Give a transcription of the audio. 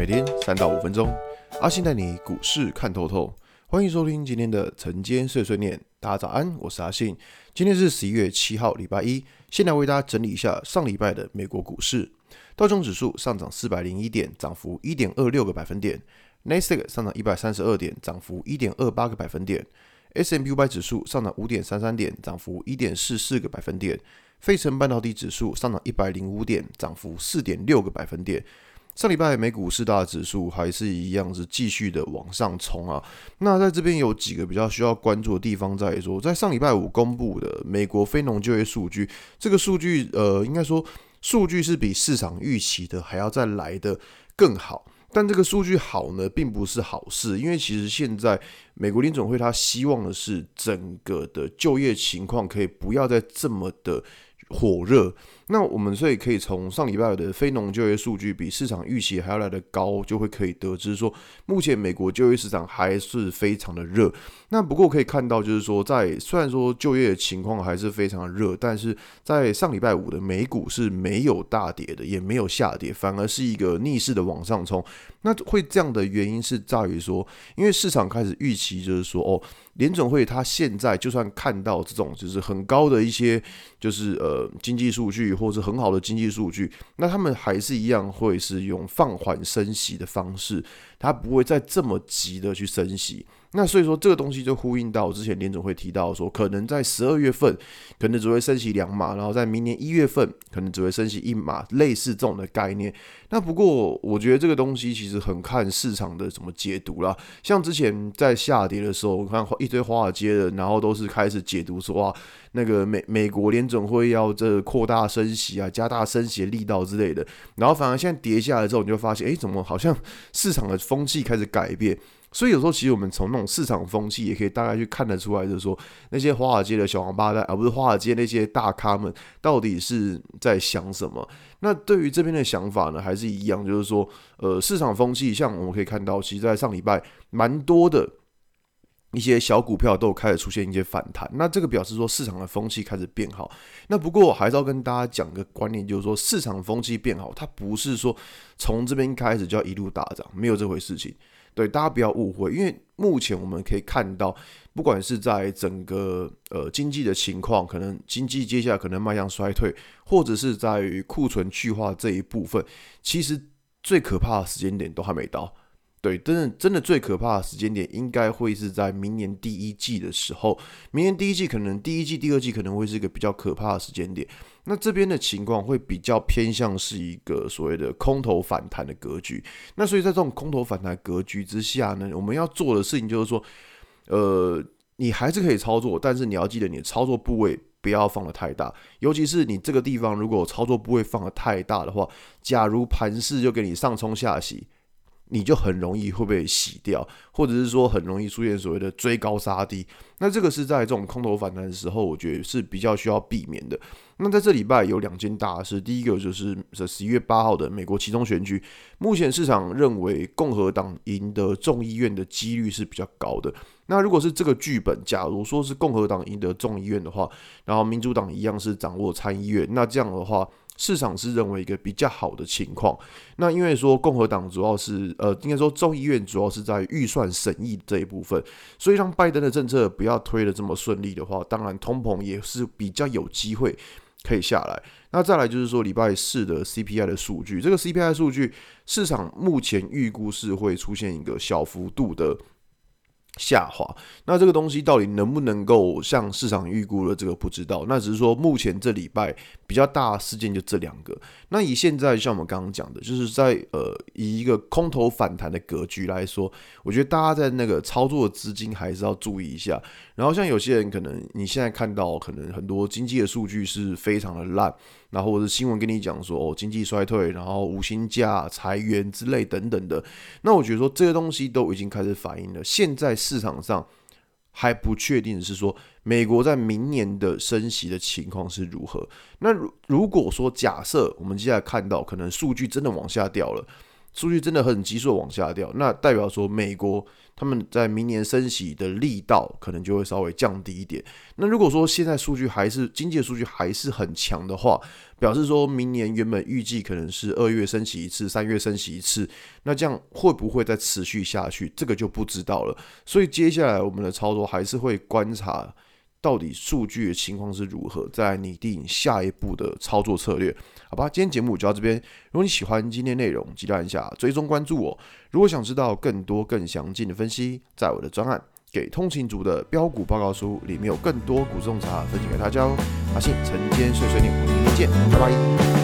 每天3到5分钟，阿信带你股市看透透。欢迎收听今天的晨间碎碎念。大家早安，我是阿信。今天是11月7号，礼拜一。先来为大家整理一下上礼拜的美国股市。道琼指数上涨401点，涨幅 1.26 个百分点。Nasdaq 上涨132点，涨幅 1.28 个百分点。S&P 500指数上涨 5.33 点，涨幅 1.44 个百分点。费城半导体指数上涨105点，涨幅 4.6 个百分点。上礼拜美股四大指数还是一样是继续的往上冲啊。那在这边有几个比较需要关注的地方，在于说，在上礼拜五公布的美国非农就业数据，这个数据应该说数据是比市场预期的还要再来的更好。但这个数据好呢，并不是好事，因为其实现在美国联准会他希望的是整个的就业情况可以不要再这么的火热。那我们所以可以从上礼拜的非农就业数据比市场预期还要来得高，就会可以得知说，目前美国就业市场还是非常的热。那不过可以看到，就是说虽然说就业情况还是非常的热，但是在上礼拜五的美股是没有大跌的，也没有下跌，反而是一个逆势的往上冲。那会这样的原因是在于说，因为市场开始预期就是说，联准会它现在就算看到这种就是很高的一些就是经济数据或是很好的经济数据，那他们还是一样会是用放缓升息的方式，它不会再这么急的去升息。那所以说这个东西就呼应到之前联准会提到说，可能在12月份可能只会升息2码，然后在明年1月份可能只会升息1码，类似这种的概念。那不过我觉得这个东西其实很看市场的怎么解读啦。像之前在下跌的时候，我看一堆华尔街的，然后都是开始解读说那个美国联准会要扩大升息啊，加大升息的力道之类的。然后反而现在跌下来之后，你就发现，怎么好像市场的风气开始改变。所以有时候其实我们从那种市场风气也可以大概去看得出来，就是说那些华尔街的小王八蛋，而不是华尔街那些大咖们到底是在想什么。那对于这边的想法呢，还是一样，就是说市场风气，像我们可以看到，其实在上礼拜蛮多的一些小股票都有开始出现一些反弹，那这个表示说市场的风气开始变好。那不过我还是要跟大家讲个观念，就是说市场风气变好，它不是说从这边开始就要一路大涨，没有这回事情。对，大家不要误会，因为目前我们可以看到，不管是在整个经济的情况，可能经济接下来可能迈向衰退，或者是在于库存去化这一部分，其实最可怕的时间点都还没到。对，真的最可怕的时间点应该会是在明年第一季的时候。明年第一季可能第一季、第二季可能会是一个比较可怕的时间点。那这边的情况会比较偏向是一个所谓的空头反弹的格局。那所以在这种空头反弹格局之下呢，我们要做的事情就是说，你还是可以操作，但是你要记得你的操作部位不要放得太大，尤其是你这个地方如果操作部位放得太大的话，假如盘势就给你上冲下洗，你就很容易会被洗掉，或者是说很容易出现所谓的追高杀低。那这个是在这种空头反弹的时候，我觉得是比较需要避免的。那在这礼拜有2件大事，第一个就是11月8号的美国期中选举，目前市场认为共和党赢得众议院的几率是比较高的。那如果是这个剧本，假如说是共和党赢得众议院的话，然后民主党一样是掌握参议院，那这样的话，市场是认为一个比较好的情况。那因为说共和党主要是应该说众议院主要是在预算审议这一部分，所以让拜登的政策不要推得这么顺利的话，当然通膨也是比较有机会可以下来。那再来就是说礼拜四的 CPI 的数据，这个 CPI 数据市场目前预估是会出现一个小幅度的下滑。那这个东西到底能不能够像市场预估的这个不知道，那只是说目前这礼拜比较大的事件就这2个。那以现在像我们刚刚讲的，就是在以一个空头反弹的格局来说，我觉得大家在那个操作的资金还是要注意一下。然后像有些人可能你现在看到可能很多经济的数据是非常的烂，然后或者新闻跟你讲说经济衰退，然后无薪假、裁员之类等等的，那我觉得说这些东西都已经开始反映了现在市场上还不确定的是说美国在明年的升息的情况是如何。那如果说假设我们接下来看到可能数据真的往下掉了， 数据真的很急速往下掉，那代表说美国他们在明年升息的力道可能就会稍微降低一点。那如果说现在数据还是经济的数据还是很强的话，表示说明年原本预计可能是2月升息一次，3月升息一次，那这样会不会再持续下去，这个就不知道了。所以接下来我们的操作还是会观察到底数据的情况是如何，再拟定下一步的操作策略，好吧？今天节目就到这边。如果你喜欢今天内容，记得按下追踪关注我。如果想知道更多更详尽的分析，在我的专案给通勤族的标股报告书里面有更多股市洞察分享给大家哦。阿信晨间碎碎念，我们明天见，拜拜。